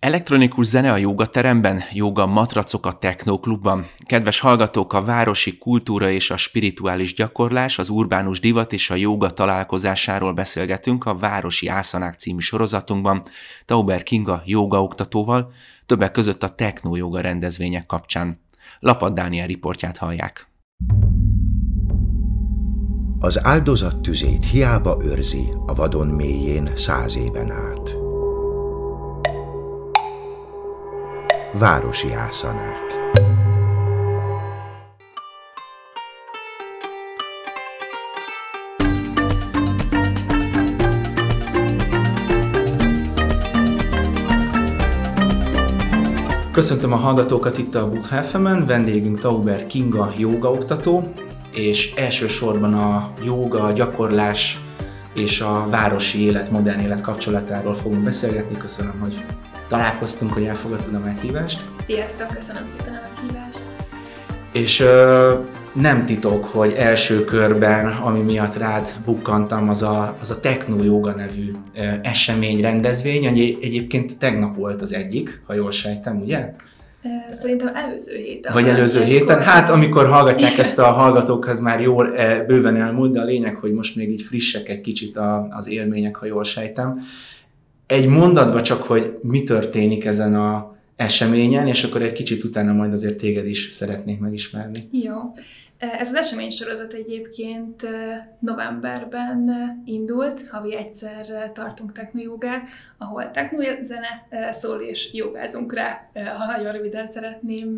Elektronikus zene a jógateremben, jóga matracok a technoklubban. Kedves hallgatók, a városi kultúra és a spirituális gyakorlás, az urbánus divat és a jóga találkozásáról beszélgetünk a Városi Ászanák című sorozatunkban Tauber Kinga jógaoktatóval, többek között a techno-jóga rendezvények kapcsán. Lapad Dániel riportját hallják. Az áldozat tüzét hiába őrzi a vadon mélyén 100 éven át. Városi Ászanák. Köszöntöm a hallgatókat itt a Buddha FM-en, vendégünk Tauber Kinga jógaoktató, és elsősorban a jóga, gyakorlás és a városi élet, modern élet kapcsolatáról fogunk beszélgetni. Köszönöm, hogy találkoztunk, hogy elfogadtad a meghívást. Sziasztok, köszönöm szépen a meghívást. És nem titok, hogy első körben, ami miatt rád bukkantam, az a Techno-jóga nevű esemény, rendezvény. Egyébként tegnap volt az egyik, ha jól sejtem, ugye? Szerintem előző héten. Vagy előző héten. Hát amikor hallgatják ezt a hallgatókhoz már jól bőven elmúlt, de a lényeg, hogy most még így frissek egy kicsit az élmények, ha jól sejtem. Egy mondatba csak, hogy mi történik ezen az eseményen, és akkor egy kicsit utána majd azért téged is szeretnék megismerni. Jó. Ez az eseménysorozat egyébként novemberben indult, havi egyszer tartunk technojogát, ahol technozene szól és jogázunk rá, ha nagyon röviden szeretném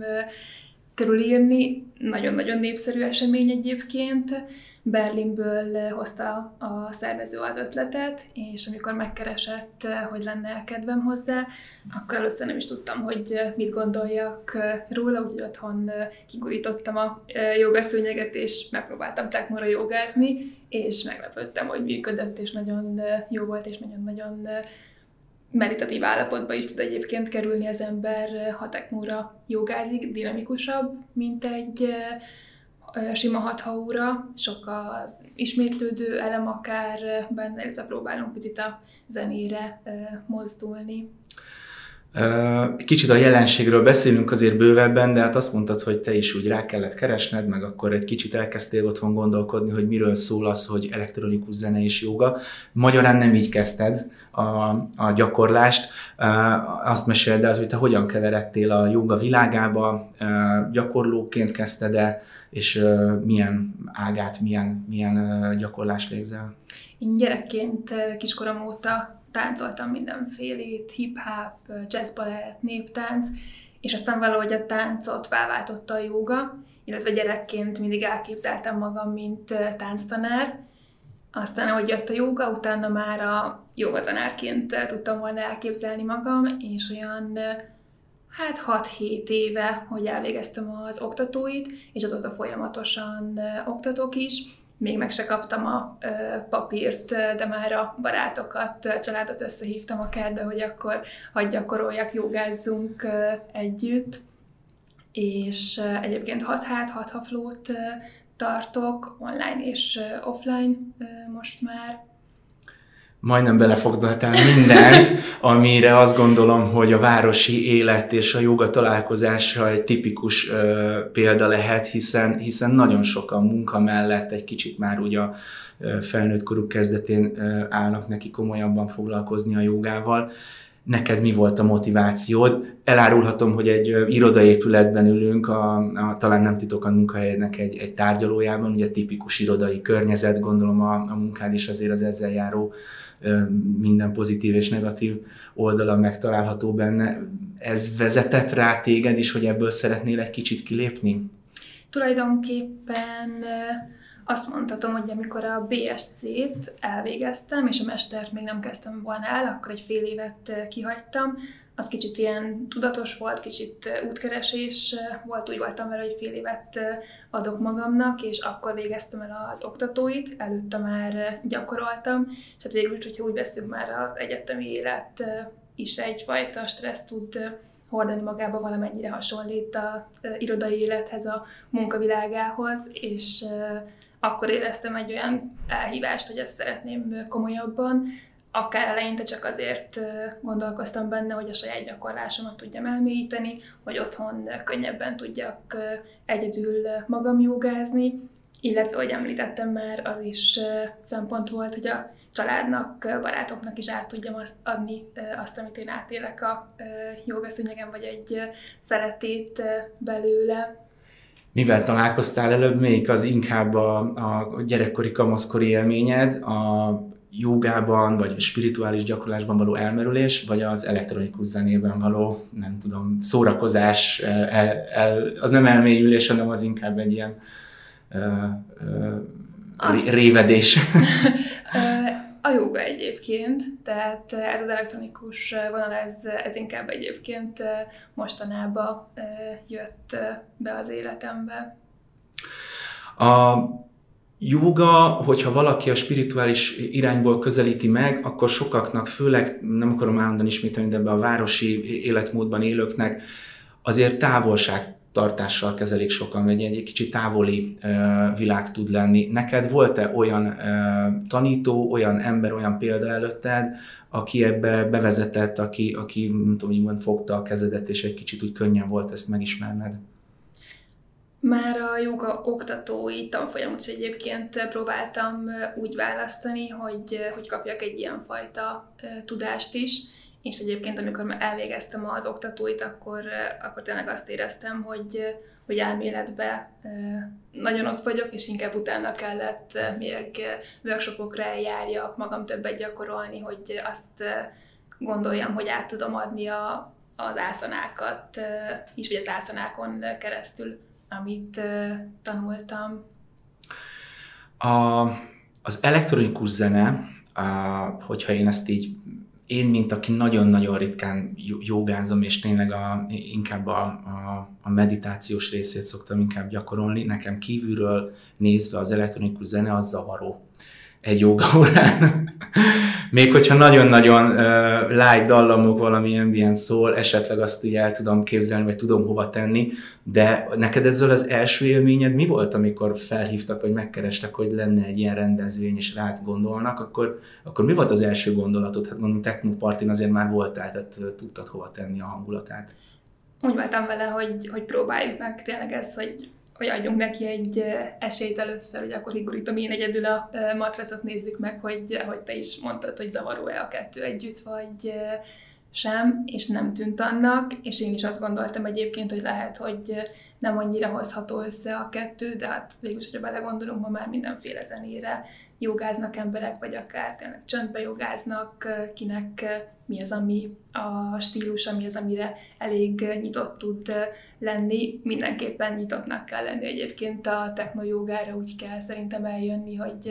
körülírni. Nagyon-nagyon népszerű esemény egyébként. Berlinből hozta a szervező az ötletet, és amikor megkeresett, hogy lenne kedvem hozzá, akkor először nem is tudtam, hogy mit gondoljak róla, úgyhogy otthon kigurítottam a jogaszőnyeget, és megpróbáltam technóra jogázni, és meglepődtem, hogy működött, és nagyon jó volt, és nagyon-nagyon meditatív állapotba is tud egyébként kerülni az ember, ha technóra jogázik, dinamikusabb, mint egy sima hatha óra, sok az ismétlődő elem akár benne, illetve próbálunk picit a zenére mozdulni. Kicsit a jelenségről beszélünk azért bővebben, de hát azt mondtad, hogy te is úgy rá kellett keresned, meg akkor egy kicsit elkezdtél otthon gondolkodni, hogy miről szól az, hogy elektronikus zene és jóga. Magyarán nem így kezdted a gyakorlást. Azt meséld el, hogy te hogyan keveredtél a jóga világába, gyakorlóként kezdted-e, és milyen ágát, milyen gyakorlást végzel? Én gyerekként kiskorom óta táncoltam mindenfélét, hip-hop, jazz-balett, néptánc, és aztán valahogy a táncot felváltotta a jóga, illetve gyerekként mindig elképzeltem magam, mint tánctanár. Aztán, ahogy jött a jóga, utána már a jogatanárként tudtam volna elképzelni magam, és olyan 6-7 éve, hogy elvégeztem az oktatóit, és azóta folyamatosan oktatok is. Még meg se kaptam a papírt, de már a barátokat, családot összehívtam a kertbe, hogy akkor hadd gyakoroljak, jogázzunk együtt. És egyébként 6 flow-t tartok, online és offline most már. Majdnem belefoglaltál mindent, amire azt gondolom, hogy a városi élet és a jóga találkozása egy tipikus példa lehet, hiszen nagyon sokan munka mellett egy kicsit már úgy a felnőtt koruk kezdetén állnak neki komolyabban foglalkozni a jogával. Neked mi volt a motivációd? Elárulhatom, hogy egy irodaépületben ülünk, talán nem titok a munkahelyednek egy tárgyalójában, ugye tipikus irodai környezet, gondolom a munkád is azért az ezzel járó minden pozitív és negatív oldala megtalálható benne. Ez vezetett rá téged is, hogy ebből szeretnél egy kicsit kilépni? Tulajdonképpen azt mondhatom, hogy amikor a BSc-t elvégeztem, és a mestert még nem kezdtem volna el, akkor egy fél évet kihagytam. Az kicsit ilyen tudatos volt, kicsit útkeresés volt, úgy voltam vele, hogy fél évet adok magamnak, és akkor végeztem el az oktatóit, előtte már gyakoroltam, és hát végül is, hogyha úgy veszünk, már az egyetemi élet is egyfajta stresszt tud hordani magába, valamennyire hasonlít az irodai élethez, a munkavilágához, és akkor éreztem egy olyan elhívást, hogy ezt szeretném komolyabban. akár eleinte csak azért gondolkoztam benne, hogy a saját gyakorlásomat tudjam elmélyíteni, hogy otthon könnyebben tudjak egyedül magam jogázni, illetve, ahogy említettem már, az is szempont volt, hogy a családnak, barátoknak is át tudjam adni azt, amit én átélek a jogaszőnyegen, vagy egy szeretét belőle. Mivel találkoztál előbb, melyik az inkább a gyerekkori, kamaszkori élményed, a jogában, vagy a spirituális gyakorlásban való elmerülés, vagy az elektronikus zenében való, nem tudom, szórakozás, az nem elmélyülés, hanem az inkább egy ilyen révedés. A jóga egyébként, tehát ez az elektronikus vonal, ez inkább egyébként mostanában jött be az életembe. A jóga, hogyha valaki a spirituális irányból közelíti meg, akkor sokaknak, főleg nem akarom állandóan ismételni, de ebbe a városi életmódban élőknek azért távolságtartással kezelik sokan, vagy egy kicsit távoli világ tud lenni. Neked volt-e olyan tanító, olyan ember, olyan példa előtted, aki ebbe bevezetett, aki nem tudom, úgymond fogta a kezedet, és egy kicsit úgy könnyen volt ezt megismerned? Már a jóga oktatói tanfolyamot is egyébként próbáltam úgy választani, hogy kapjak egy ilyenfajta tudást is, és egyébként amikor elvégeztem az oktatóit, akkor tényleg azt éreztem, hogy elméletben nagyon ott vagyok, és inkább utána kellett még workshopokra eljárjak, magam többet gyakorolni, hogy azt gondoljam, hogy át tudom adni az ászanákat is, vagy az ászanákon keresztül, amit tanultam. Az elektronikus zene, hogyha én ezt így, mint aki nagyon-nagyon ritkán jogázom, és tényleg inkább a meditációs részét szoktam inkább gyakorolni, nekem kívülről nézve az elektronikus zene az zavaró egy jogaórán. Még hogyha nagyon-nagyon light dallamok, valami ambient szól, esetleg azt így el tudom képzelni, vagy tudom hova tenni, de neked ezzel az első élményed mi volt, amikor felhívtak, vagy megkerestek, hogy lenne egy ilyen rendezvény, és rád gondolnak, akkor mi volt az első gondolatod? Hát mondom, technopartin azért már voltál, tehát tudtad hova tenni a hangulatát. Úgy voltam vele, hogy próbáljuk meg tényleg ezt, hogy adjunk neki egy esélyt először, hogy akkor higurítom én egyedül a matracot, nézzük meg, hogy te is mondtad, hogy zavaró-e a kettő együtt, vagy sem, és nem tűnt annak, és én is azt gondoltam egyébként, hogy lehet, hogy nem annyira hozható össze a kettő, de hát végülis, hogyha belegondolunk, ma már mindenféle zenére jogáznak emberek, vagy akár tényleg csöndbe jogáznak, kinek mi az, ami a stílus, mi az, amire elég nyitott tud lenni. Mindenképpen nyitottnak kell lenni egyébként a technojogára, úgy kell szerintem eljönni,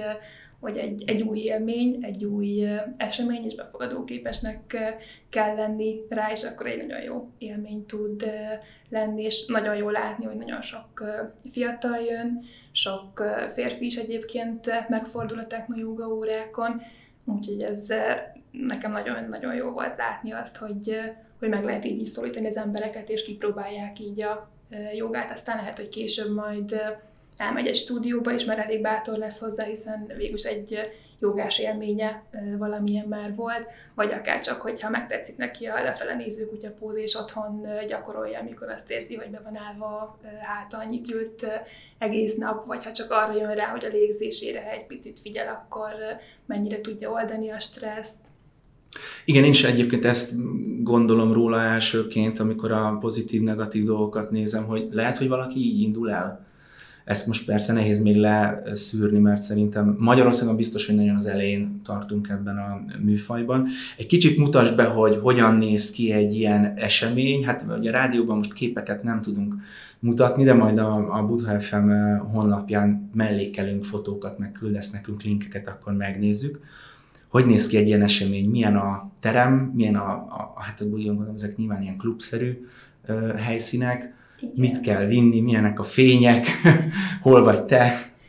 hogy egy új élmény, egy új esemény, és befogadóképesnek kell lenni rá, és akkor egy nagyon jó élmény tud lenni, és nagyon jó látni, hogy nagyon sok fiatal jön, sok férfi is egyébként megfordul a technojóga órákon, úgyhogy ez nekem nagyon-nagyon jó volt látni azt, hogy meg lehet így is szólítani az embereket, és kipróbálják így a jogát, aztán lehet, hogy később majd elmegy egy stúdióba, és már elég bátor lesz hozzá, hiszen végülis egy jogás élménye valamilyen már volt, vagy akár csak, hogyha megtetszik neki a lefele néző kutyapóz, és otthon gyakorolja, amikor azt érzi, hogy be van állva háta, annyit ült egész nap, vagy ha csak arra jön rá, hogy a légzésére, ha egy picit figyel, akkor mennyire tudja oldani a stresszt. Igen, én is egyébként ezt gondolom róla elsőként, amikor a pozitív-negatív dolgokat nézem, hogy lehet, hogy valaki így indul el. Ezt most persze nehéz még leszűrni, mert szerintem Magyarországon biztos, hogy nagyon az elején tartunk ebben a műfajban. Egy kicsit mutasd be, hogy hogyan néz ki egy ilyen esemény. Hát ugye a rádióban most képeket nem tudunk mutatni, de majd a Buddha FM honlapján mellékelünk fotókat, meg küldesz nekünk linkeket, akkor megnézzük. Hogy néz ki egy ilyen esemény? Milyen a terem? Milyen hát úgy gondolom, ezek nyilván ilyen klubszerű helyszínek. Igen. Mit kell vinni, milyenek a fények, hol vagy te?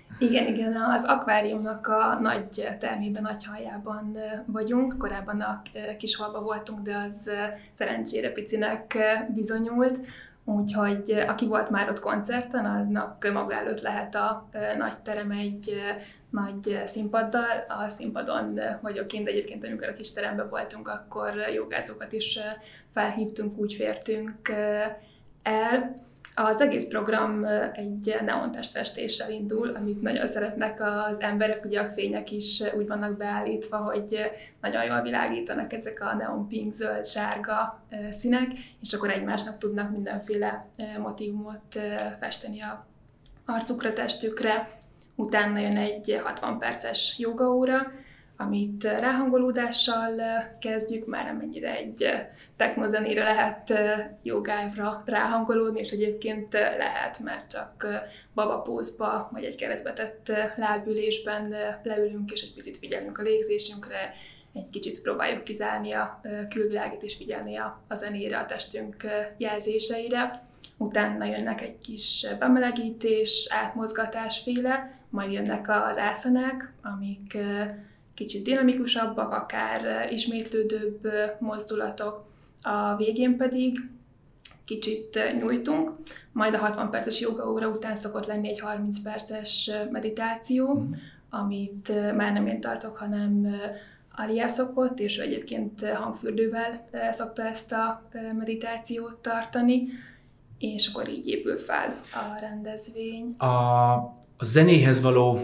Igen, az akváriumnak a nagy termében, nagy haljában vagyunk. Korábban a kis halba voltunk, de az szerencsére picinek bizonyult. úgyhogy aki volt már ott koncerten, aznak maga előtt lehet a nagy terem egy nagy színpaddal. A színpadon vagyok én, de egyébként amikor a kis teremben voltunk, akkor jogázókat is felhívtunk, úgy fértünk el. Az egész program egy neontestfestéssel indul, amit nagyon szeretnek az emberek, ugye a fények is úgy vannak beállítva, hogy nagyon jól világítanak ezek a neon pink, zöld, sárga színek, és akkor egymásnak tudnak mindenféle motívumot festeni a arcukra, testükre. Utána jön egy 60 perces jogaóra, amit ráhangolódással kezdjük, már amennyire egy technozenére lehet jogára ráhangolódni, és egyébként lehet, mert csak babapózba, vagy egy keresztbetett lábülésben leülünk, és egy picit figyelünk a légzésünkre, egy kicsit próbáljuk kizárni a külvilágot, és figyelni a zenére, a testünk jelzéseire. Utána jönnek egy kis bemelegítés, átmozgatásféle, majd jönnek az ászanák, amik kicsit dinamikusabbak, akár ismétlődőbb mozdulatok. A végén pedig kicsit nyújtunk, majd a 60 perces jogaóra után szokott lenni egy 30 perces meditáció, amit már nem én tartok, hanem Alia szokott, és ő egyébként hangfürdővel szokta ezt a meditációt tartani, és akkor így épül fel a rendezvény. A zenéhez való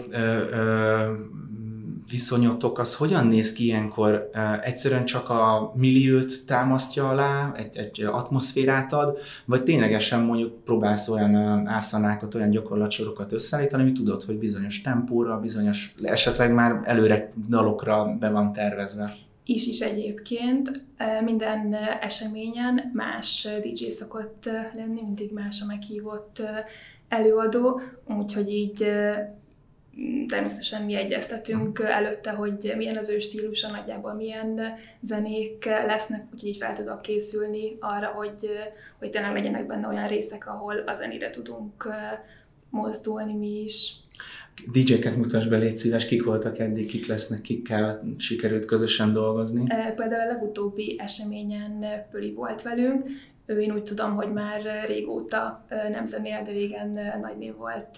viszonyotok, az hogyan néz ki ilyenkor? Egyszerűen csak a milliót támasztja alá, egy atmoszférát ad, vagy ténylegesen mondjuk próbálsz olyan ászanákat, olyan gyakorlatsorokat összeállítani, ami tudod, hogy bizonyos tempóra, bizonyos, esetleg már előre dalokra be van tervezve? Is egyébként. Minden eseményen más DJ szokott lenni, mindig más a meghívott előadó, úgyhogy így természetesen mi egyeztetünk előtte, hogy milyen az ő stílusa, nagyjából milyen zenék lesznek, úgyhogy így fel tudok készülni arra, hogy tényleg legyenek benne olyan részek, ahol a zenére tudunk mozdulni mi is. DJ-ket mutasd be, légy szíves, kik voltak eddig, kik lesznek, kikkel sikerült közösen dolgozni? Például a legutóbbi eseményen Pöli volt velünk. Én úgy tudom, hogy már régóta nem zenél, de régen nagy név volt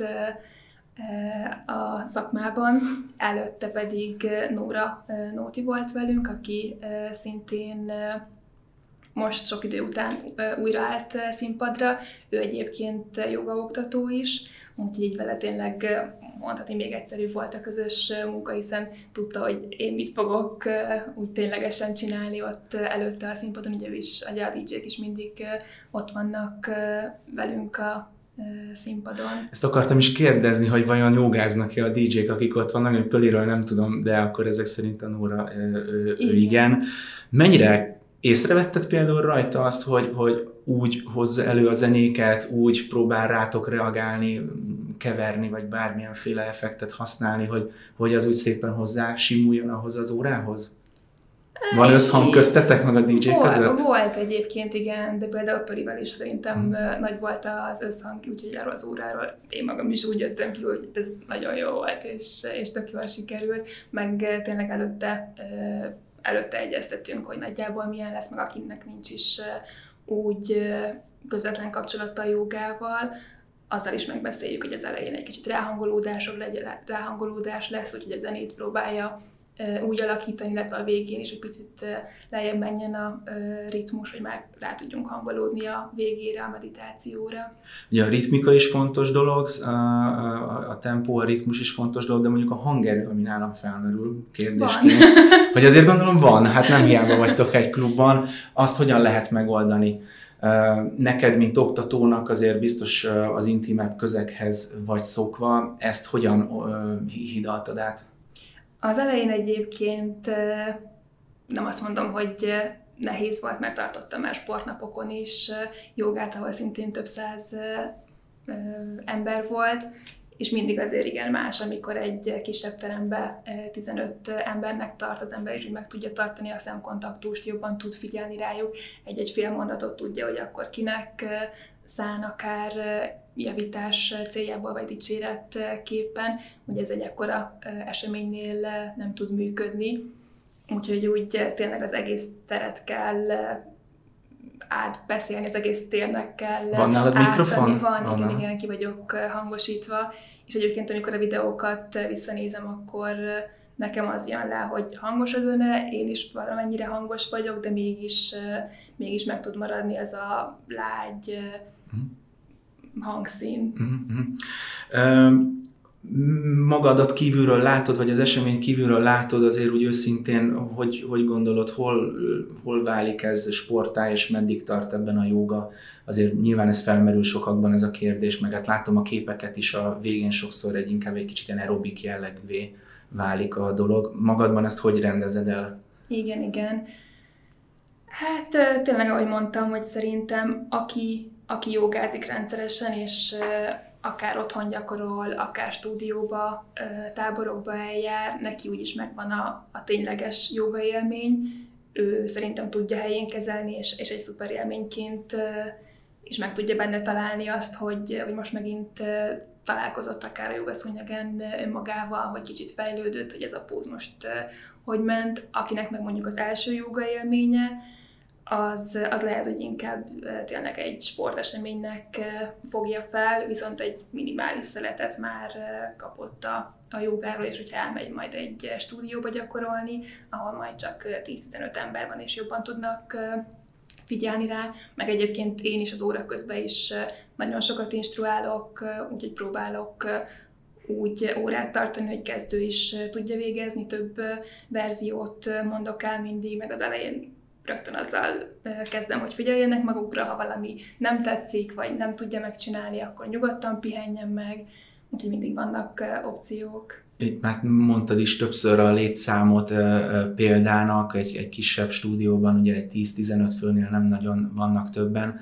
a szakmában. Előtte pedig Nóra Nóti volt velünk, aki szintén most sok idő után újra állt színpadra. Ő egyébként jogaoktató is, úgyhogy így vele tényleg mondhatni még egyszerűbb volt a közös munka, hiszen tudta, hogy én mit fogok úgy ténylegesen csinálni ott előtte a színpadon. Ugye ő is, a DJ-k is mindig ott vannak velünk a színpadon. Ezt akartam is kérdezni, hogy vajon jogáznak-e a DJ-k, akik ott vannak, hogy Pöliről nem tudom, de akkor ezek szerint a Nóra ő igen. Mennyire észrevetted például rajta azt, hogy úgy hozza elő a zenéket, úgy próbál rátok reagálni, keverni, vagy bármilyenféle effektet használni, hogy az úgy szépen hozzá simuljon ahhoz az órához? Van összhang köztetek meg a DJ között? Volt egyébként, igen, de például Pölivel is szerintem nagy volt az összhang, úgyhogy arról az óráról én magam is úgy jöttem ki, hogy ez nagyon jó volt, és tök jól sikerült, meg tényleg előtte egyeztettünk, hogy nagyjából milyen lesz, meg akinek nincs is úgy közvetlen kapcsolata a jogával, azzal is megbeszéljük, hogy az elején egy kicsit ráhangolódás lesz, úgyhogy a zenét próbálja úgy alakítani, illetve a végén is egy picit lejjebb menjen a ritmus, hogy már rá tudjunk hangolódni a végére, a meditációra. Ugye a ritmika is fontos dolog, a tempó, a ritmus is fontos dolog, de mondjuk a hangerő, ami nálam felmerül kérdésként, hogy azért gondolom van, hát nem hiába vagytok egy klubban, azt hogyan lehet megoldani? Neked, mint oktatónak azért biztos az intimebb közeghez vagy szokva, ezt hogyan hidaltad át? Az elején egyébként nem azt mondom, hogy nehéz volt, mert tartottam már sportnapokon is jogát, ahol szintén több száz ember volt, és mindig azért igen más, amikor egy kisebb teremben 15 embernek tart az ember, és úgy meg tudja tartani a szemkontaktust, jobban tud figyelni rájuk, egy-egy fél mondatot tudja, hogy akkor kinek szán akár javítás céljából, vagy dicséretképpen, hogy ez egy ekkora eseménynél nem tud működni. Úgyhogy úgy tényleg az egész teret kell átbeszélni, az egész térnek kell. Van nálad mikrofon? Van, igen, ki vagyok hangosítva, és egyébként amikor a videókat visszanézem, akkor nekem az jön le, hogy hangos a zene, én is valamennyire hangos vagyok, de mégis meg tud maradni ez a lágy hangszín. Magadat kívülről látod, vagy az eseményt kívülről látod, azért úgy őszintén, hogy gondolod, hol válik ez sporttá, és meddig tart ebben a jóga? Azért nyilván ez felmerül sokakban ez a kérdés, meg hát látom a képeket is, a végén sokszor inkább egy kicsit ilyen aerobik jellegűvé válik a dolog. Magadban ezt hogy rendezed el? Igen. Hát tényleg, ahogy mondtam, hogy szerintem aki jogázik rendszeresen, és akár otthon gyakorol, akár stúdióba, táborokba eljár, neki úgyis megvan a tényleges jóga élmény. Ő szerintem tudja helyén kezelni, és egy szuper élményként is meg tudja benne találni azt, hogy most megint találkozott akár a jogaszúnyagen önmagával, hogy kicsit fejlődött, hogy ez a póz most hogy ment. Akinek meg mondjuk az első jóga élménye, az lehet, hogy inkább tényleg egy sporteseménynek fogja fel, viszont egy minimális szeletet már kapott a jogáról, és hogyha elmegy majd egy stúdióba gyakorolni, ahol majd csak 10-15 ember van, és jobban tudnak figyelni rá, meg egyébként én is az óra közben is nagyon sokat instruálok, úgyhogy próbálok úgy órát tartani, hogy kezdő is tudja végezni, több verziót mondok el mindig, meg az elején rögtön azzal kezdem, hogy figyeljenek magukra, ha valami nem tetszik, vagy nem tudja megcsinálni, akkor nyugodtan pihenjen meg, úgyhogy mindig vannak opciók. Itt már mondtad is többször a létszámot példának, egy kisebb stúdióban, ugye egy 10-15 főnél nem nagyon vannak többen.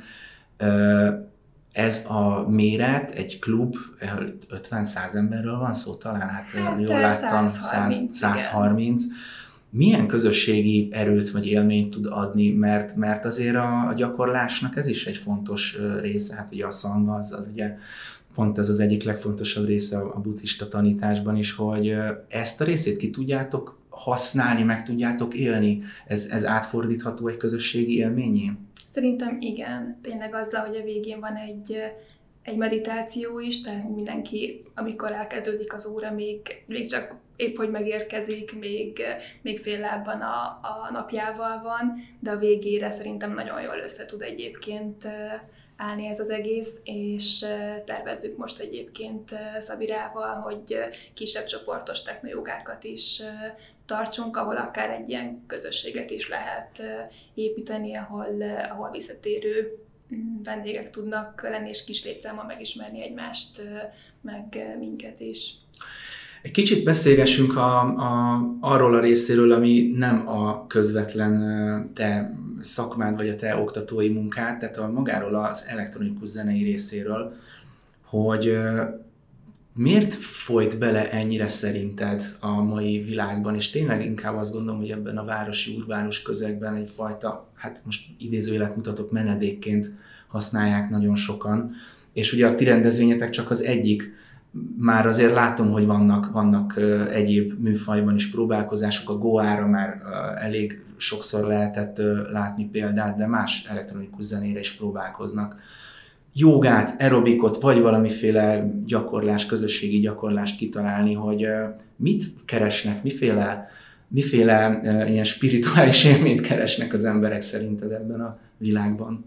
Ez a méret, egy klub, 50-100 emberről van szó talán, hát jól láttam, 130. Milyen közösségi erőt vagy élményt tud adni, mert azért a gyakorlásnak ez is egy fontos része, hát ugye a szanga az ugye pont ez az egyik legfontosabb része a buddhista tanításban is, hogy ezt a részét ki tudjátok használni, meg tudjátok élni, ez átfordítható egy közösségi élményé? Szerintem igen, tényleg azzal, hogy a végén van egy meditáció is, tehát mindenki, amikor elkezdődik az óra, még csak épp hogy megérkezik, még fél lábban a napjával van, de a végére szerintem nagyon jól össze tud egyébként állni ez az egész, és tervezzük most egyébként Szabirával, hogy kisebb csoportos technojogákat is tartsunk, ahol akár egy ilyen közösséget is lehet építeni, ahol visszatérő vendégek tudnak lenni, és kis létszámmal megismerni egymást, meg minket is. Egy kicsit beszélgessünk arról a részéről, ami nem a közvetlen te szakmád, vagy a te oktatói munkád, tehát magáról az elektronikus zenei részéről, hogy miért folyt bele ennyire szerinted a mai világban, és tényleg inkább azt gondolom, hogy ebben a városi, urbánus közegben egyfajta, hát most idézőjelet mutatok, menedékként használják nagyon sokan, és ugye a ti rendezvényetek csak az egyik. Már azért látom, hogy vannak egyéb műfajban is próbálkozások, a Goára már elég sokszor lehetett látni példát, de más elektronikus zenére is próbálkoznak. Jogát, aerobikot, vagy valamiféle gyakorlás, közösségi gyakorlást kitalálni, hogy mit keresnek, miféle ilyen spirituális élményt keresnek az emberek szerinted ebben a világban?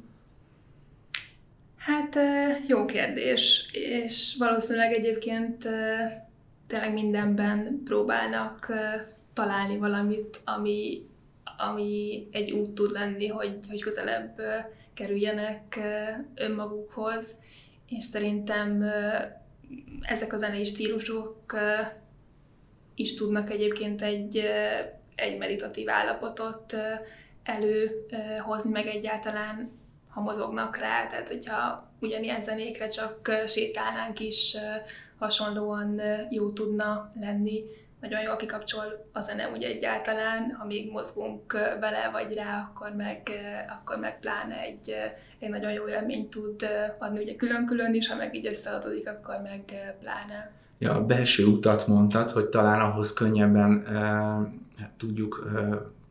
Hát jó kérdés, és valószínűleg egyébként tényleg mindenben próbálnak találni valamit, ami egy út tud lenni, hogy közelebb kerüljenek önmagukhoz, és szerintem ezek a zenei stílusok is tudnak egyébként egy meditatív állapotot előhozni, meg egyáltalán, ha mozognak rá, tehát hogyha ugyanilyen zenékre csak sétálnánk is, hasonlóan jó tudna lenni. Nagyon jól kikapcsol a zene úgy egyáltalán, ha még mozgunk vele vagy rá, akkor meg pláne egy nagyon jó élményt tud adni, ugye külön-külön is, ha meg így összeadódik, akkor meg pláne. Ja, a belső utat mondtad, hogy talán ahhoz könnyebben tudjuk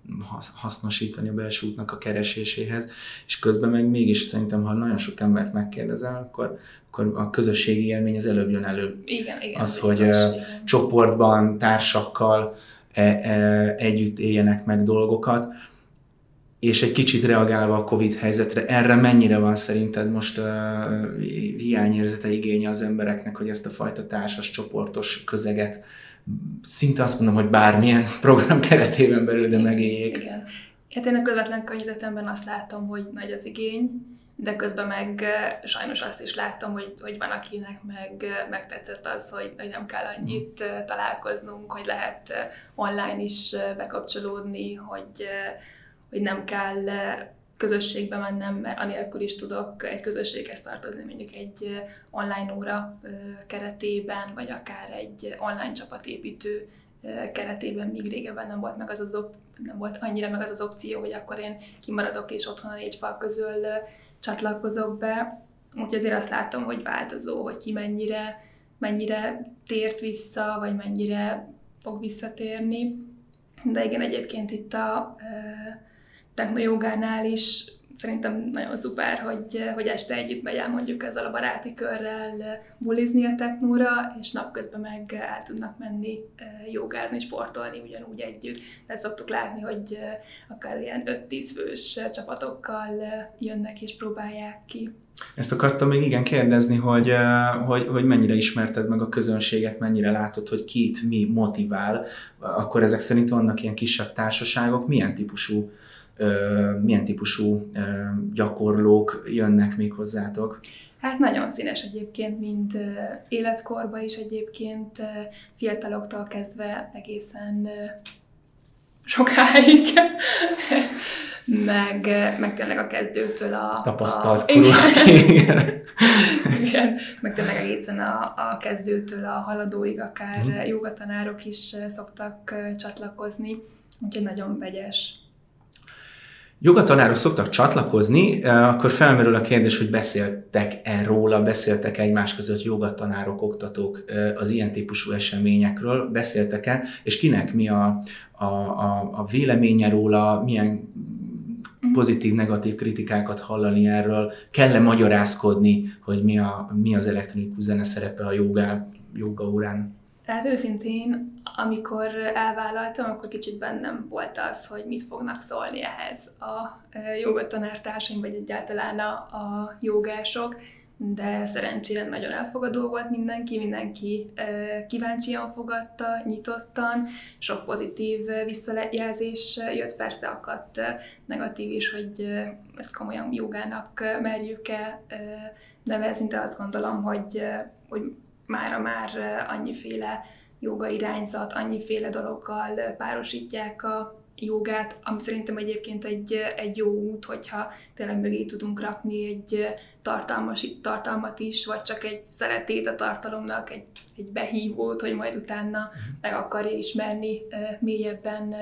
hasznosítani a belső útnak a kereséséhez, és közben meg mégis szerintem, ha nagyon sok embert megkérdezel, akkor a közösségi élmény az előbb jön elő. Igen, az, biztos, hogy igen. Csoportban, társakkal együtt éljenek meg dolgokat, és egy kicsit reagálva a Covid helyzetre, erre mennyire van szerinted most hiányérzete, igénye az embereknek, hogy ezt a fajta társas, csoportos közeget szinte azt mondom, hogy bármilyen program keretében belül, de megéljék. Igen. Hát én a közvetlen környezetemben azt látom, hogy nagy az igény, de közben meg sajnos azt is látom, hogy van akinek megtetszett az, hogy nem kell annyit találkoznunk, hogy lehet online is bekapcsolódni, hogy nem kell közösségbe mennem, mert anélkül is tudok egy közösséghez tartozni, mondjuk egy online óra keretében, vagy akár egy online csapatépítő keretében, míg régebben nem volt annyira meg az az opció, hogy akkor én kimaradok és otthon a 4 fal közül csatlakozok be. Úgyhogy azért azt látom, hogy változó, hogy ki mennyire tért vissza, vagy mennyire fog visszatérni. De igen, egyébként itt a technojógánál is szerintem nagyon szuper, hogy este együtt megy el mondjuk ezzel a baráti körrel bulizni a technóra, és napközben meg el tudnak menni jogázni, sportolni ugyanúgy együtt. De szoktuk látni, hogy akár ilyen 5-10 fős csapatokkal jönnek és próbálják ki. Ezt akartam még kérdezni, hogy mennyire ismerted meg a közönséget, mennyire látod, hogy kit mi motivál, akkor ezek szerint vannak ilyen kisebb társaságok, milyen típusú gyakorlók jönnek még hozzátok? Hát nagyon színes egyébként, mind életkorban is egyébként, fiataloktól kezdve egészen sokáig, meg tényleg a kezdőtől a... Tapasztalt korúak. Igen, meg tényleg egészen a kezdőtől a haladóig akár jogatanárok is szoktak csatlakozni, úgyhogy nagyon vegyes. Jogatanárok szoktak csatlakozni, akkor felmerül a kérdés, hogy beszéltek egymás között jogatanárok, oktatók az ilyen típusú eseményekről, beszéltek-e, és kinek mi a véleménye róla, milyen pozitív, negatív kritikákat hallani erről, kell-e magyarázkodni, hogy mi az elektronikus zene szerepe a joga órán? Tehát őszintén, amikor elvállaltam, akkor kicsit bennem volt az, hogy mit fognak szólni ehhez a jogatanártársaim, vagy egyáltalán a jogások, de szerencsére nagyon elfogadó volt mindenki kíváncsian fogadta, nyitottan, sok pozitív visszajelzés jött, persze akadt negatív is, hogy ezt komolyan jogának merjük-e nevezni, de azt gondolom, hogy mára már annyiféle joga irányzat, annyiféle dologgal párosítják a jogát, ami szerintem egyébként egy jó út, hogyha tényleg mögé tudunk rakni egy tartalmat is, vagy csak egy szeletét a tartalomnak, egy behívót, hogy majd utána meg akarja ismerni mélyebben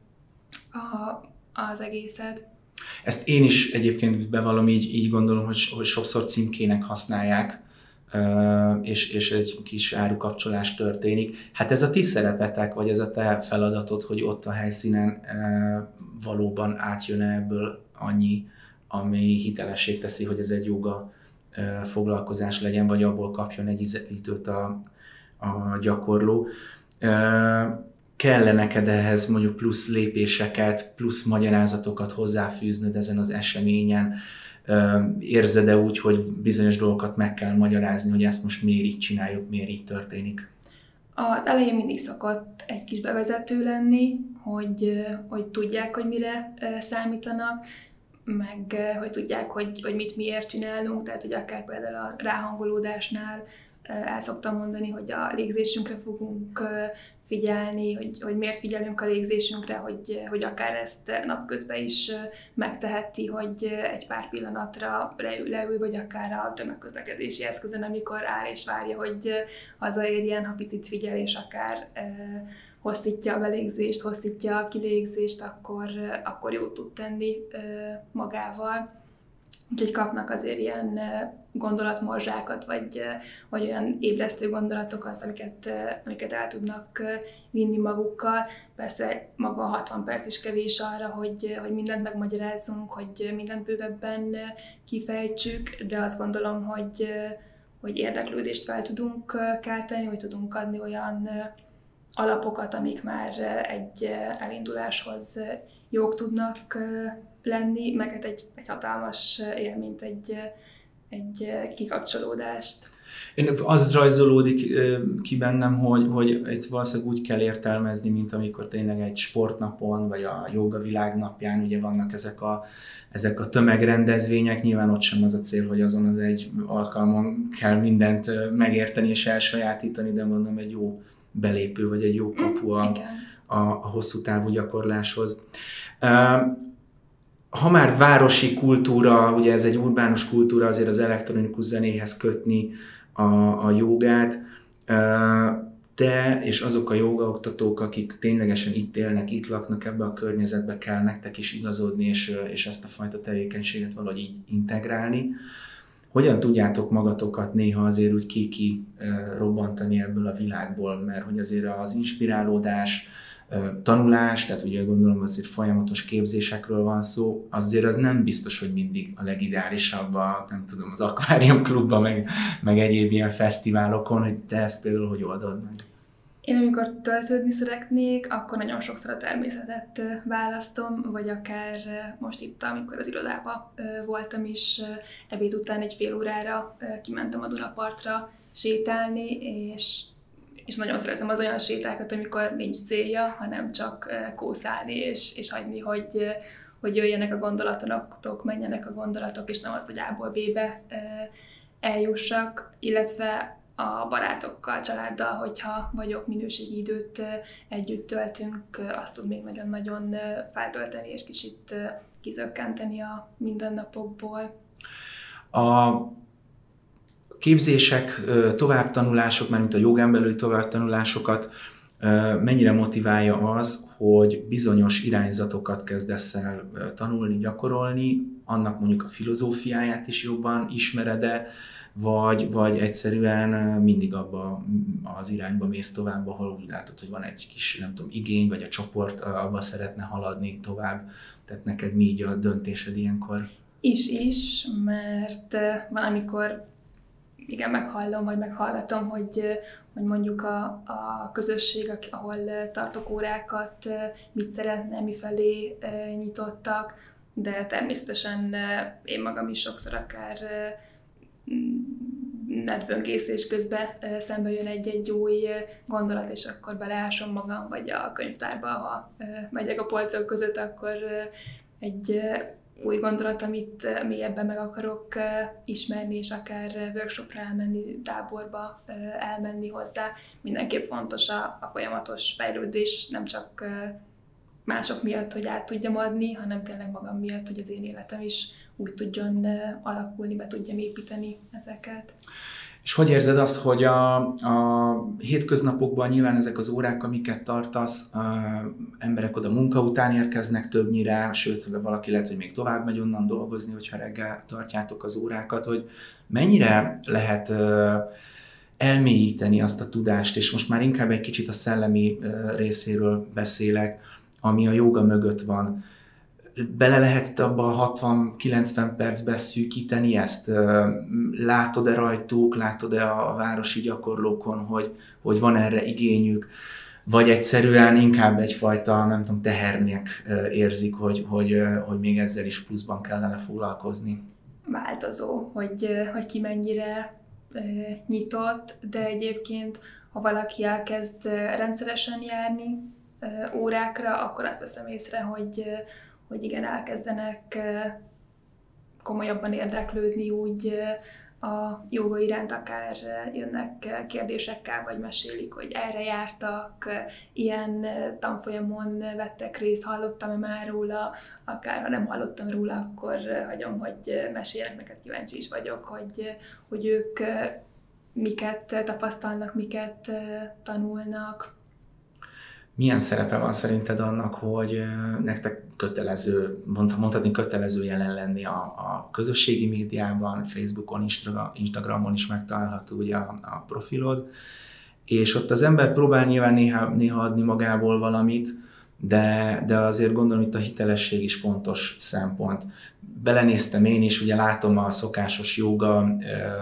az egészet. Ezt én is egyébként bevallom, így gondolom, hogy sokszor címkének használják, és egy kis árukapcsolás történik. Hát ez a ti szerepetek, vagy ez a te feladatod, hogy ott a helyszínen valóban átjön ebből annyi, ami hitelessé teszi, hogy ez egy joga foglalkozás legyen, vagy abból kapjon egy ízelítőt a gyakorló. Kell-e neked ehhez mondjuk plusz lépéseket, plusz magyarázatokat hozzáfűznöd ezen az eseményen? Érzed-e úgy, hogy bizonyos dolgokat meg kell magyarázni, hogy ezt most miért így csináljuk, miért így történik? Az elején mindig szokott egy kis bevezető lenni, hogy tudják, hogy mire számítanak, meg hogy tudják, hogy mit miért csinálunk, tehát hogy akár például a ráhangolódásnál el szoktam mondani, hogy a légzésünkre fogunk figyelni, hogy miért figyelünk a légzésünkre, hogy akár ezt napközben is megteheti, hogy egy pár pillanatra leül, vagy akár a tömegközlekedési eszközön, amikor áll és várja, hogy hazaérjen, ha picit figyel, és akár hosszítja a belégzést, hosszítja a kilégzést, akkor jót tud tenni magával. Úgyhogy kapnak azért ilyen gondolatmorzsákat, vagy olyan ébresztő gondolatokat, amiket el tudnak vinni magukkal. Persze maga a 60 perc is kevés arra, hogy mindent megmagyarázzunk, hogy mindent bővebben kifejtsük, de azt gondolom, hogy érdeklődést fel tudunk kelteni, hogy tudunk adni olyan alapokat, amik már egy elinduláshoz jók tudnak lenni, meg hát egy hatalmas élményt, egy kikapcsolódást. Az rajzolódik ki bennem, hogy itt valószínűleg úgy kell értelmezni, mint amikor tényleg egy sportnapon, vagy a jóga világnapján ugye vannak ezek a tömegrendezvények, nyilván ott sem az a cél, hogy azon az egy alkalmon kell mindent megérteni és elsajátítani, de mondom, egy jó belépő, vagy egy jó kapu a hosszú távú gyakorláshoz. Ha már városi kultúra, ugye ez egy urbánus kultúra, azért az elektronikus zenéhez kötni a jogát, te és azok a jogaoktatók, akik ténylegesen itt élnek, itt laknak, ebbe a környezetbe, kell nektek is igazodni, és ezt a fajta tevékenységet valahogy így integrálni. Hogyan tudjátok magatokat néha azért úgy ki robbantani ebből a világból, mert hogy azért az inspirálódás, tanulás, tehát ugye gondolom azért folyamatos képzésekről van szó, azért az nem biztos, hogy mindig a legideálisabb nem tudom, az Akvárium Klubban, meg egyéb ilyen fesztiválokon, hogy te ezt például hogy oldod meg? Én amikor töltődni szeretnék, akkor nagyon sokszor a természetet választom, vagy akár most itt, amikor az irodában voltam is, ebéd után egy fél órára kimentem a Dunapartra sétálni, és nagyon szeretem az olyan sétákat, amikor nincs célja, hanem csak kószálni és hagyni, hogy jöjjenek a gondolatok, menjenek a gondolatok, és nem az, hogy A-ból B-be eljussak, illetve a barátokkal, családdal, hogyha vagyok, minőségi időt együtt töltünk, azt tud még nagyon-nagyon feltölteni és kicsit kizökkenteni a mindennapokból. A képzések, továbbtanulások, mármint a jogán belüli továbbtanulásokat mennyire motiválja az, hogy bizonyos irányzatokat kezdesz el tanulni, gyakorolni, annak mondjuk a filozófiáját is jobban ismered-e, vagy egyszerűen mindig abba az irányba mész tovább, ahol úgy látod, hogy van egy kis, nem tudom, igény, vagy a csoport abba szeretne haladni tovább. Tehát neked mi így a döntésed ilyenkor? Is, mert van, amikor igen, meghallom, vagy meghallgatom, hogy mondjuk a közösség, ahol tartok órákat, mit szeretne, mifelé nyitottak, de természetesen én magam is sokszor akár netböngészés közben szembe jön egy új gondolat, és akkor beleásom magam, vagy a könyvtárba, ha megyek a polcok között, akkor egy új gondolat, amit mélyebben meg akarok ismerni, és akár workshopra elmenni, táborba elmenni hozzá. Mindenképp fontos a folyamatos fejlődés, nem csak mások miatt, hogy át tudjam adni, hanem tényleg magam miatt, hogy az én életem is úgy tudjon alakulni, be tudjam építeni ezeket. És hogy érzed azt, hogy a hétköznapokban nyilván ezek az órák, amiket tartasz, emberek oda munka után érkeznek többnyire, sőt, valaki lehet, hogy még tovább megy onnan dolgozni, hogyha reggel tartjátok az órákat, hogy mennyire lehet elmélyíteni azt a tudást, és most már inkább egy kicsit a szellemi részéről beszélek, ami a jóga mögött van. Bele lehet abba a 60-90 percbe szűkíteni ezt? Látod-e rajtuk, látod-e a városi gyakorlókon, hogy van erre igényük? Vagy egyszerűen inkább egyfajta, nem tudom, tehernek érzik, hogy még ezzel is pluszban kellene foglalkozni? Változó, hogy ki mennyire nyitott, de egyébként, ha valaki elkezd rendszeresen járni órákra, akkor azt veszem észre, hogy igen, elkezdenek komolyabban érdeklődni úgy a jóga iránt, akár jönnek kérdésekkel, vagy mesélik, hogy erre jártak, ilyen tanfolyamon vettek részt, hallottam-e már róla, akár ha nem hallottam róla, akkor hagyom, hogy meséljenek, neked kíváncsi is vagyok, hogy ők miket tapasztalnak, miket tanulnak. Milyen szerepe van szerinted annak, hogy nektek kötelező, mondhatni kötelező jelen lenni a közösségi médiában, Facebookon, Instagramon is megtalálható ugye a profilod, és ott az ember próbál nyilván néha adni magából valamit, de azért gondolom, itt a hitelesség is fontos szempont. Belenéztem én is, ugye látom a szokásos jóga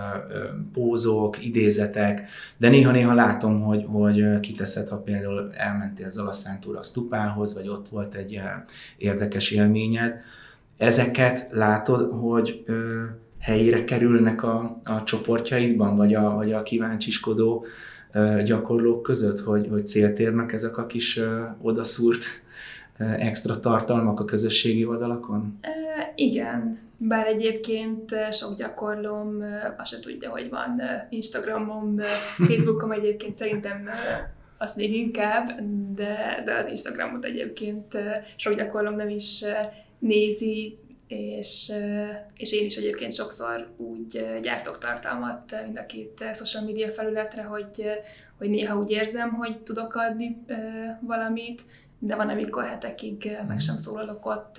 pózok, idézetek, de néha-néha látom, hogy kiteszed, ha például elmentél Zalasztántúra a Stupához, vagy ott volt egy érdekes élményed. Ezeket látod, hogy helyére kerülnek a csoportjaidban, vagy a kíváncsiskodó gyakorlók között, hogy célt érnek ezek a kis odaszúrt extra tartalmak a közösségi oldalakon? Igen, bár egyébként sok gyakorlóm azt se tudja, hogy van Instagramom, Facebookom egyébként szerintem az még inkább, de az Instagramot egyébként sok gyakorlóm nem is nézi, és én is egyébként sokszor úgy gyártok tartalmat mind a két social media felületre, hogy néha úgy érzem, hogy tudok adni valamit, de van, amikor hetekig meg sem szólalok ott,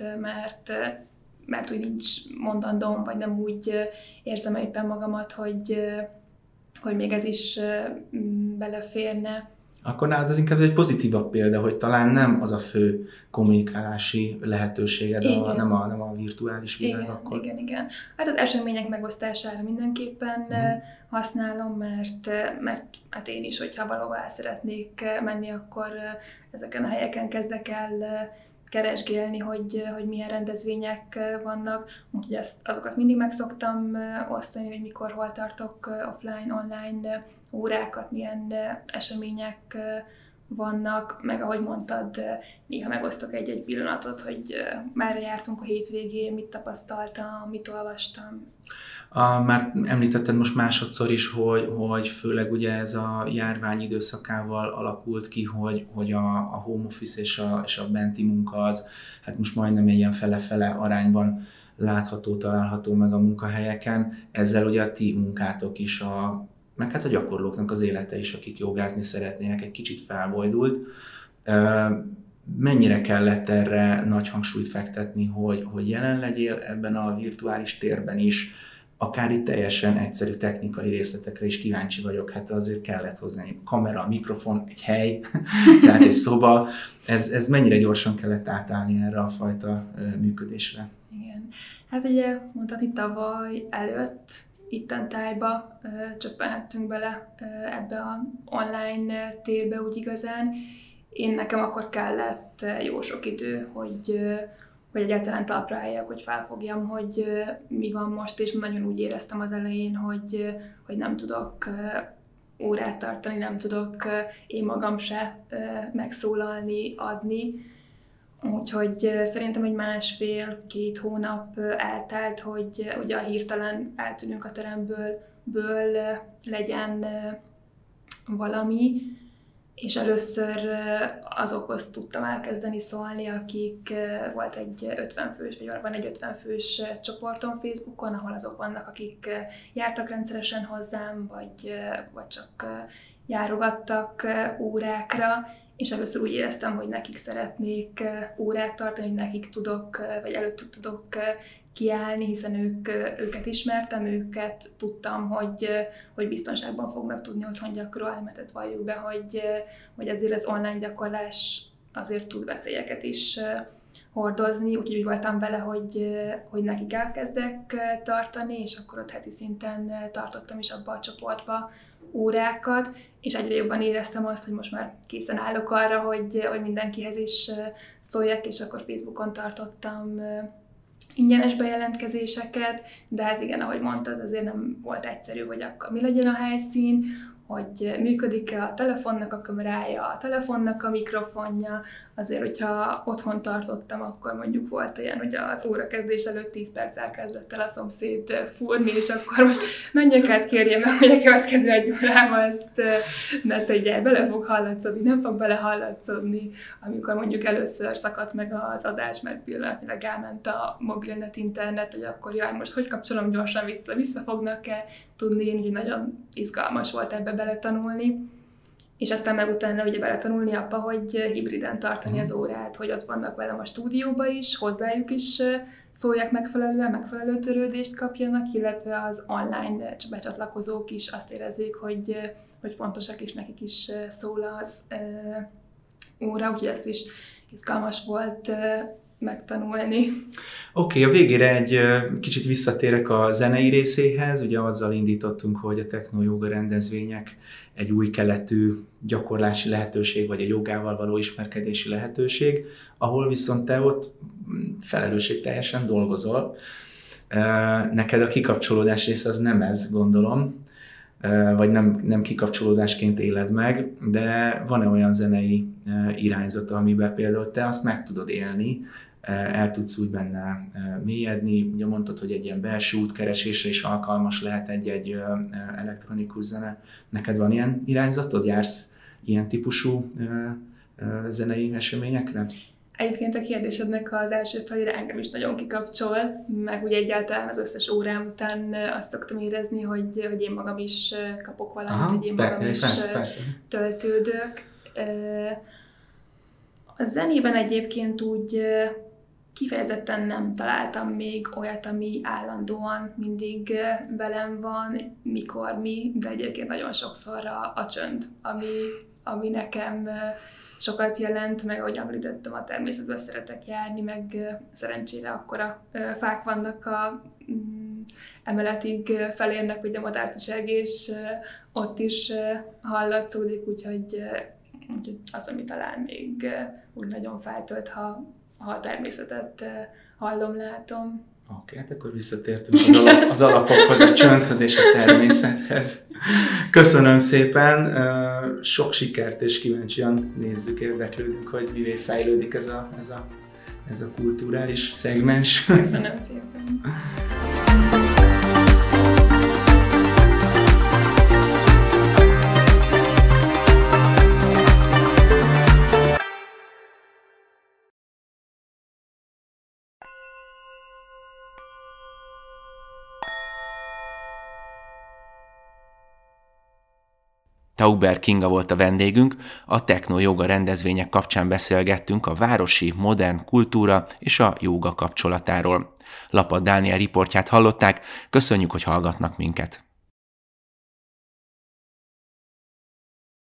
mert úgy nincs mondandóm, vagy nem úgy érzem éppen magamat, hogy még ez is beleférne. Akkor nálad ez inkább egy pozitívabb példa, hogy talán nem az a fő kommunikálási lehetőséged, nem a virtuális világ igen, akkor. Igen. Hát az események megosztására mindenképpen használom, mert hát én is, hogyha valahol el szeretnék menni, akkor ezeken a helyeken kezdek el keresgélni, hogy milyen rendezvények vannak, úgyhogy azokat mindig meg szoktam osztani, hogy mikor, hol tartok offline, online órákat, milyen események vannak, meg ahogy mondtad, néha megosztok egy-egy pillanatot, hogy merre jártunk a hétvégén, mit tapasztaltam, mit olvastam. Már említetted most másodszor is, hogy főleg ugye ez a járvány időszakával alakult ki, hogy a home office és a benti munka az, hát most majdnem ilyen fele-fele arányban látható, található meg a munkahelyeken. Ezzel ugye a ti munkátok is, meg hát a gyakorlóknak az élete is, akik jogázni szeretnének, egy kicsit felbojdult. Mennyire kellett erre nagy hangsúlyt fektetni, hogy jelen legyél ebben a virtuális térben is, akár itt teljesen egyszerű technikai részletekre is kíváncsi vagyok, hát azért kellett hozni egy kamera, mikrofon, egy hely, tehát egy szoba. Ez mennyire gyorsan kellett átállni erre a fajta működésre? Igen. Hát ugye mondhatni tavaly előtt itten tájba csöppenhettünk bele ebbe az online térbe úgy igazán. Nekem akkor kellett jó sok idő, hogy egyáltalán talpra álljak, hogy felfogjam, hogy mi van most, és nagyon úgy éreztem az elején, hogy nem tudok órát tartani, nem tudok én magam se megszólalni, adni. Úgyhogy szerintem egy 1,5-2 hónap eltelt, hogy ugye hirtelen eltűnünk a teremből legyen valami, és először azokhoz tudtam elkezdeni szólni, akik volt egy 50 fős, vagy van egy 50 fős csoportom Facebookon, ahol azok vannak, akik jártak rendszeresen hozzám, vagy csak járogattak órákra, és először úgy éreztem, hogy nekik szeretnék órát tartani, hogy nekik tudok, vagy előttük tudok kiállni, hiszen őket ismertem, őket tudtam, hogy biztonságban fognak tudni otthon gyakorolni, mert valljuk be, hogy azért az online gyakorlás azért tud veszélyeket is hordozni, úgyhogy úgy voltam vele, hogy nekik elkezdek tartani, és akkor ott heti szinten tartottam is abba a csoportba órákat, és egyre jobban éreztem azt, hogy most már készen állok arra, hogy mindenkihez is szóljak, és akkor Facebookon tartottam ingyenes bejelentkezéseket, de hát igen, ahogy mondtad, azért nem volt egyszerű, hogy akkor mi legyen a helyszín, hogy működik-e a telefonnak a kamerája, a telefonnak a mikrofonja. Azért, hogyha otthon tartottam, akkor mondjuk volt olyan, hogy az órakezdés előtt 10 perccel kezdett el a szomszéd fúrni, és akkor most menjek át, kérjem meg, hogy a következő 1 órában ezt ne tegye, bele fog hallatszódni, nem fog bele hallatszódni, amikor mondjuk először szakadt meg az adás, mert pillanatnyilag elment a mobilnet, internet, hogy akkor jaj, most hogy kapcsolom gyorsan vissza fognak-e tudni, én, úgy nagyon izgalmas volt ebbe beletanulni. és aztán meg utána ugye beletanulni abba, hogy hibriden tartani az órát, hogy ott vannak velem a stúdióba is, hozzájuk is szólják megfelelően, megfelelő törődést kapjanak, illetve az online becsatlakozók is azt érezzék, hogy fontosak, és nekik is szól az óra, úgyhogy ezt is izgalmas volt megtanulni. Oké, a végére egy kicsit visszatérek a zenei részéhez. Ugye azzal indítottunk, hogy a techno-jóga rendezvények egy új keletű gyakorlási lehetőség, vagy a jogával való ismerkedési lehetőség, ahol viszont te ott felelősségteljesen dolgozol. Neked a kikapcsolódás rész az nem ez, gondolom, vagy nem kikapcsolódásként éled meg, de van-e olyan zenei irányzata, amiben például te azt meg tudod élni, el tudsz úgy benne mélyedni, ugye mondtad, hogy egy ilyen belső útkeresésre is alkalmas lehet egy elektronikus zene. Neked van ilyen irányzatod? Jársz ilyen típusú zenei eseményekre? Egyébként a kérdésednek az első felére engem is nagyon kikapcsol, meg ugye egyáltalán az összes órám után azt szoktam érezni, hogy én magam is kapok valamit, hogy én magam is persze. Töltődök. A zenében egyébként úgy kifejezetten nem találtam még olyat, ami állandóan mindig velem van, mikor mi, de egyébként nagyon sokszor a csönd, ami nekem sokat jelent, meg ahogy említettem, a természetben szeretek járni, meg szerencsére akkora fák vannak a emeletig felérnek, hogy a madártiság, és ott is hallatszódik, úgyhogy az, ami talán még úgy nagyon feltölt, ha a természetet hallom, látom. Oké, hát akkor visszatértünk az alapokhoz, a csöndhöz és a természethez. Köszönöm szépen, sok sikert, és kíváncsian nézzük, érdeklődünk, hogy mivé fejlődik ez a kulturális szegmens. Köszönöm szépen. Tauber Kinga volt a vendégünk, a techno-jóga rendezvények kapcsán beszélgettünk a városi modern kultúra és a jóga kapcsolatáról. Lapad Dániel riportját hallották, köszönjük, hogy hallgatnak minket!